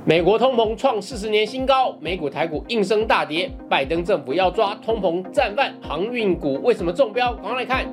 美国通膨创40年新高，美股台股应声大跌。拜登政府要抓通膨战犯，航运股为什么中标？赶快来看。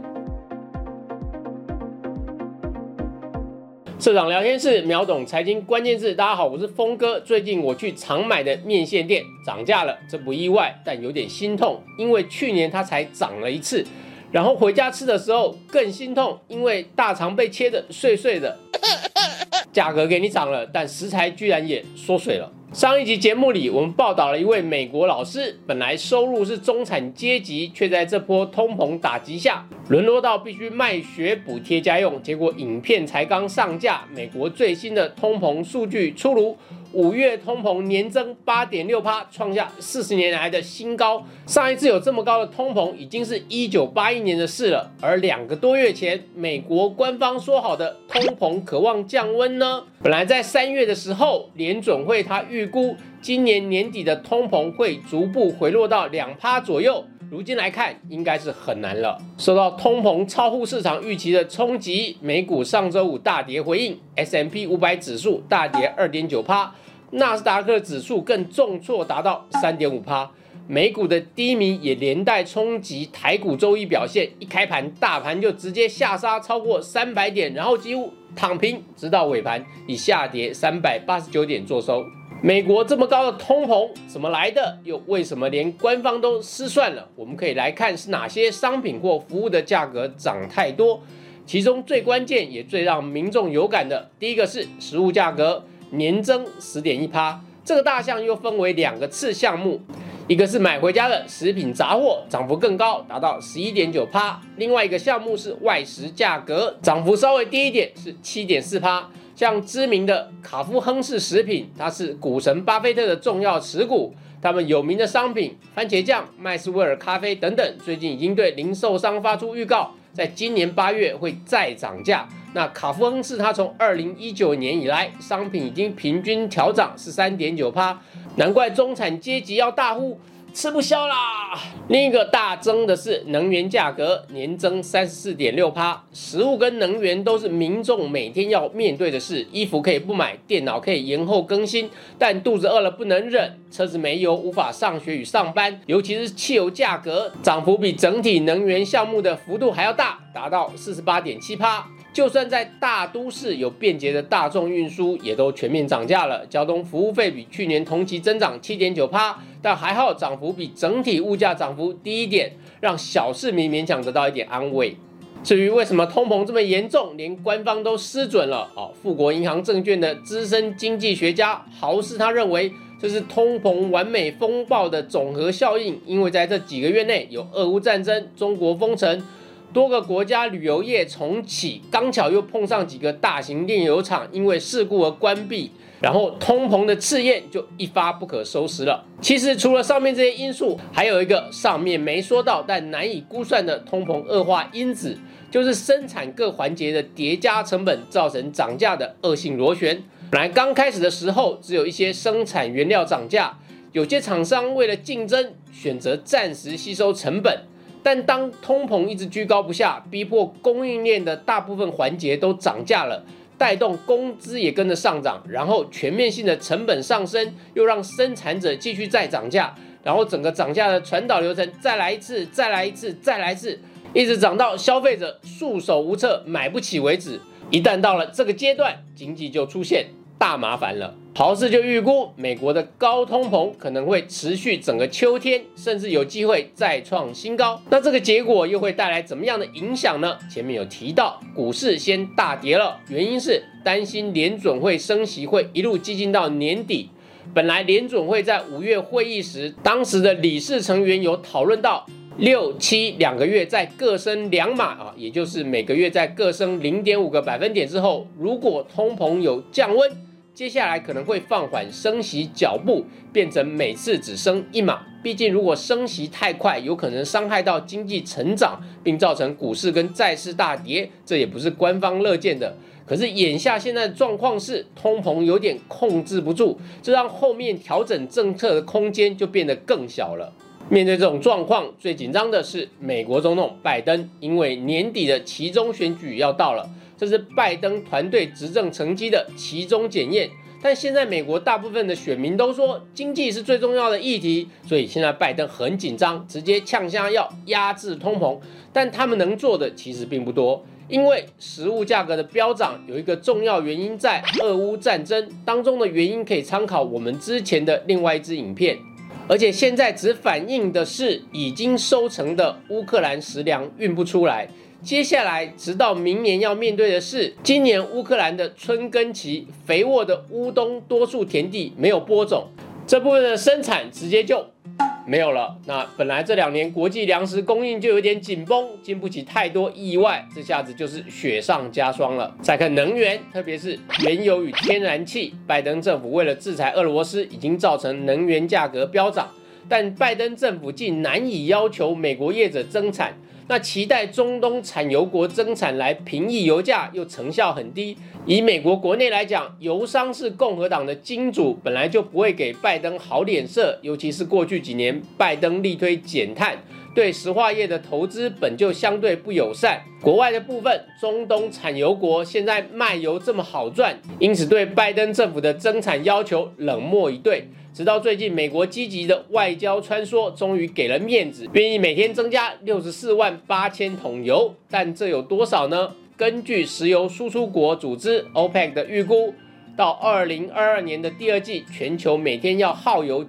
社长聊天室秒懂财经关键字，大家好，我是峰哥。最近我去常买的面线店涨价了，这不意外，但有点心痛，因为去年它才涨了一次，然后回家吃的时候更心痛，因为大肠被切得碎碎的。价格给你涨了，但食材居然也缩水了。上一集节目里，我们报道了一位美国老师，本来收入是中产阶级，却在这波通膨打击下，沦落到必须卖血补贴家用。结果影片才刚上架，美国最新的通膨数据出炉，5月通膨年增 8.6%， 创下40年来的新高。上一次有这么高的通膨，已经是1981年的事了。而2个多月前，美国官方说好的通膨渴望降温呢？本来在3月的时候，联准会他预估今年年底的通膨会逐步回落到2%左右。如今来看，应该是很难了。受到通膨超乎市场预期的冲击，美股上周五大跌回应 ，S&P 500指数大跌 2.9%， 纳斯达克指数更重挫达到 3.5%。美股的低迷也连带冲击台股周一表现，一开盘大盘就直接下杀超过300点，然后几乎躺平，直到尾盘以下跌389点作收。美国这么高的通膨怎么来的？又为什么连官方都失算了？我们可以来看是哪些商品或服务的价格涨太多。其中最关键也最让民众有感的，第一个是食物价格年增 10.1%， 这个大项又分为2个次项目。一个是买回家的食品杂货，涨幅更高，达到 11.9%。另外一个项目是外食价格，涨幅稍微低一点，是 7.4%。像知名的卡夫亨氏食品，它是股神巴菲特的重要持股。他们有名的商品番茄酱、麦斯威尔咖啡等等，最近已经对零售商发出预告，在今年8月会再涨价。那卡夫亨氏它从2019年以来，商品已经平均调涨 13.9%， 难怪中产阶级要大呼吃不消啦。另一个大增的是能源价格，年增 34.6%。食物跟能源都是民众每天要面对的事，衣服可以不买，电脑可以延后更新，但肚子饿了不能忍，车子没油无法上学与上班，尤其是汽油价格涨幅比整体能源项目的幅度还要大，达到 48.7%。就算在大都市有便捷的大众运输，也都全面涨价了。交通服务费比去年同期增长 7.9%， 但还好涨幅比整体物价涨幅低一点，让小市民勉强得到一点安慰。至于为什么通膨这么严重，连官方都失准了，富国银行证券的资深经济学家豪斯他认为，这是通膨完美风暴的总和效应，因为在这几个月内有俄乌战争、中国封城，多个国家旅游业重启，刚巧又碰上几个大型炼油厂因为事故而关闭，然后通膨的赤焰就一发不可收拾了。其实除了上面这些因素，还有一个上面没说到但难以估算的通膨恶化因子，就是生产各环节的叠加成本造成涨价的恶性螺旋。本来刚开始的时候，只有一些生产原料涨价，有些厂商为了竞争选择暂时吸收成本，但当通膨一直居高不下，逼迫供应链的大部分环节都涨价了，带动工资也跟着上涨，然后全面性的成本上升，又让生产者继续再涨价，然后整个涨价的传导流程再来一次，再来一次，再来一次，一直涨到消费者束手无策，买不起为止。一旦到了这个阶段，经济就出现大麻烦了。豪斯就预估，美国的高通膨可能会持续整个秋天，甚至有机会再创新高。那这个结果又会带来怎么样的影响呢？前面有提到，股市先大跌了，原因是担心联准会升息会一路激进到年底。本来联准会在5月会议时，当时的理事成员有讨论到6、7两个月再各升2码也就是每个月再各升 0.5个百分点之后，如果通膨有降温，接下来可能会放缓升息脚步，变成每次只升1码。毕竟如果升息太快，有可能伤害到经济成长，并造成股市跟债市大跌，这也不是官方乐见的。可是眼下现在的状况是，通膨有点控制不住，这让后面调整政策的空间就变得更小了。面对这种状况，最紧张的是美国总统拜登，因为年底的期中选举要到了，这是拜登团队执政成绩的期中检验。 但现在美国大部分的选民都说经济是最重要的议题，所以现在拜登很紧张，直接呛下要压制通膨，但他们能做的其实并不多。因为食物价格的飙涨有一个重要原因在俄乌战争当中的原因，可以参考我们之前的另外一支影片，而且现在只反映的是已经收成的乌克兰食粮运不出来，接下来直到明年要面对的是今年乌克兰的春耕期，肥沃的乌东多数田地没有播种，这部分的生产直接就没有了。那本来这2年国际粮食供应就有点紧绷，经不起太多意外，这下子就是雪上加霜了。再看能源，特别是原油与天然气，拜登政府为了制裁俄罗斯，已经造成能源价格飙涨，但拜登政府竟难以要求美国业者增产。那期待中东产油国增产来平抑油价，又成效很低。以美国国内来讲，油商是共和党的金主，本来就不会给拜登好脸色，尤其是过去几年拜登力推减碳，对石化业的投资本就相对不友善。国外的部分，中东产油国现在卖油这么好赚，因此对拜登政府的增产要求冷漠以对。直到最近，美国积极的外交穿梭终于给了面子，愿意每天增加64.8万桶油，但这有多少呢？根据石油输出国组织 OPEC 的预估，到2022年的第2季，全球每天要耗油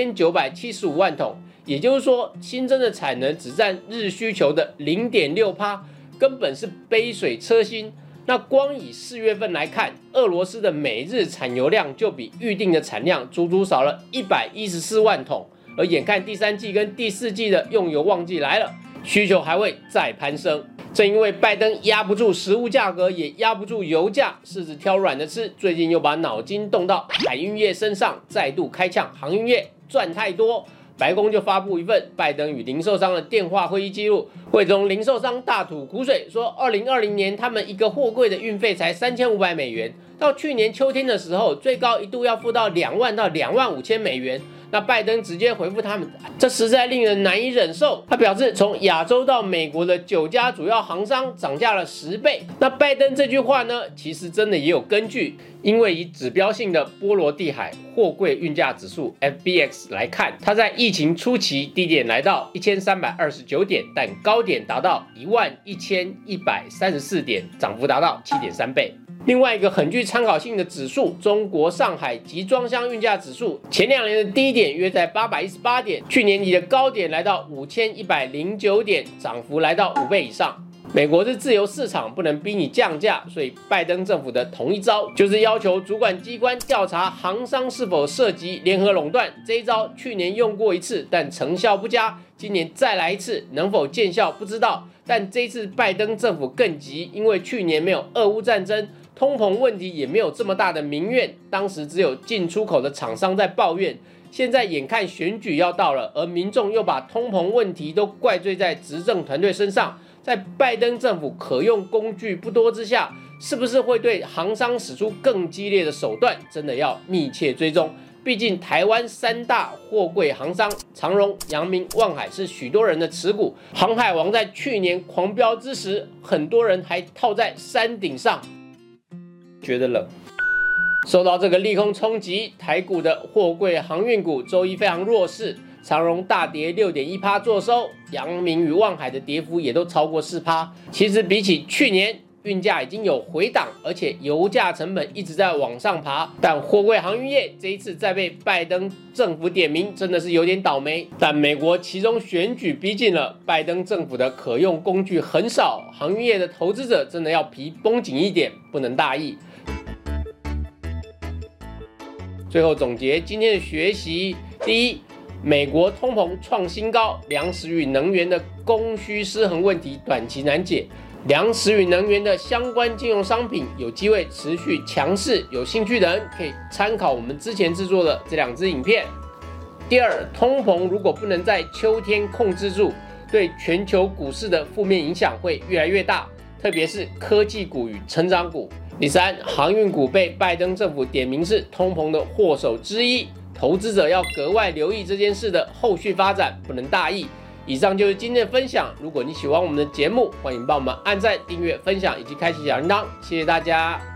9975万桶，也就是说，新增的产能只占日需求的0.6%，根本是杯水车薪。那光以4月份来看，俄罗斯的每日产油量就比预定的产量足足少了114万桶，而眼看第3季跟第4季的用油旺季来了，需求还会再攀升。正因为拜登压不住食物价格，也压不住油价，柿子挑软的吃，最近又把脑筋动到海运业身上，再度开呛航运业赚太多。白宫就发布一份拜登与零售商的电话会议记录，会中零售商大吐苦水，说2020年他们一个货柜的运费才3500美元，到去年秋天的时候，最高一度要付到2万到25000美元。那拜登直接回复他们，这实在令人难以忍受。他表示，从亚洲到美国的9家主要航商涨价了10倍。那拜登这句话呢，其实真的也有根据，因为以指标性的波罗的海货柜运价指数 FBX 来看，它在疫情初期低点来到1329点，但高点达到11134点，涨幅达到7.3倍。另外一个很具参考性的指数，中国上海集装箱运价指数，前2年的低点约在818点，去年底的高点来到5109点，涨幅来到5倍以上。美国是自由市场，不能逼你降价，所以拜登政府的同一招就是要求主管机关调查航商是否涉及联合垄断。这一招去年用过一次，但成效不佳，今年再来一次，能否见效不知道。但这次拜登政府更急，因为去年没有俄乌战争，通膨问题也没有这么大的民怨，当时只有进出口的厂商在抱怨。现在眼看选举要到了，而民众又把通膨问题都怪罪在执政团队身上，在拜登政府可用工具不多之下，是不是会对航商使出更激烈的手段，真的要密切追踪。毕竟台湾3大货柜航商长荣、阳明、万海是许多人的持股，航海王在去年狂飙之时，很多人还套在山顶上，觉得冷。受到这个利空冲击，台股的货柜航运股周一非常弱势，长荣大跌6.1%作收，阳明与万海的跌幅也都超过4%。其实比起去年，运价已经有回档，而且油价成本一直在往上爬。但货柜航运业这一次再被拜登政府点名，真的是有点倒霉。但美国其中选举逼近了，拜登政府的可用工具很少，航运业的投资者真的要皮绷紧一点，不能大意。最后总结今天的学习：第一，美国通膨创新高，粮食与能源的供需失衡问题短期难解，粮食与能源的相关金融商品有机会持续强势，有兴趣的人可以参考我们之前制作的这2支影片。第二，通膨如果不能在秋天控制住，对全球股市的负面影响会越来越大，特别是科技股与成长股。第三，航运股被拜登政府点名是通膨的祸首之一，投资者要格外留意这件事的后续发展，不能大意。以上就是今天的分享，如果你喜欢我们的节目，欢迎帮我们按赞、订阅、分享以及开启小铃铛，谢谢大家。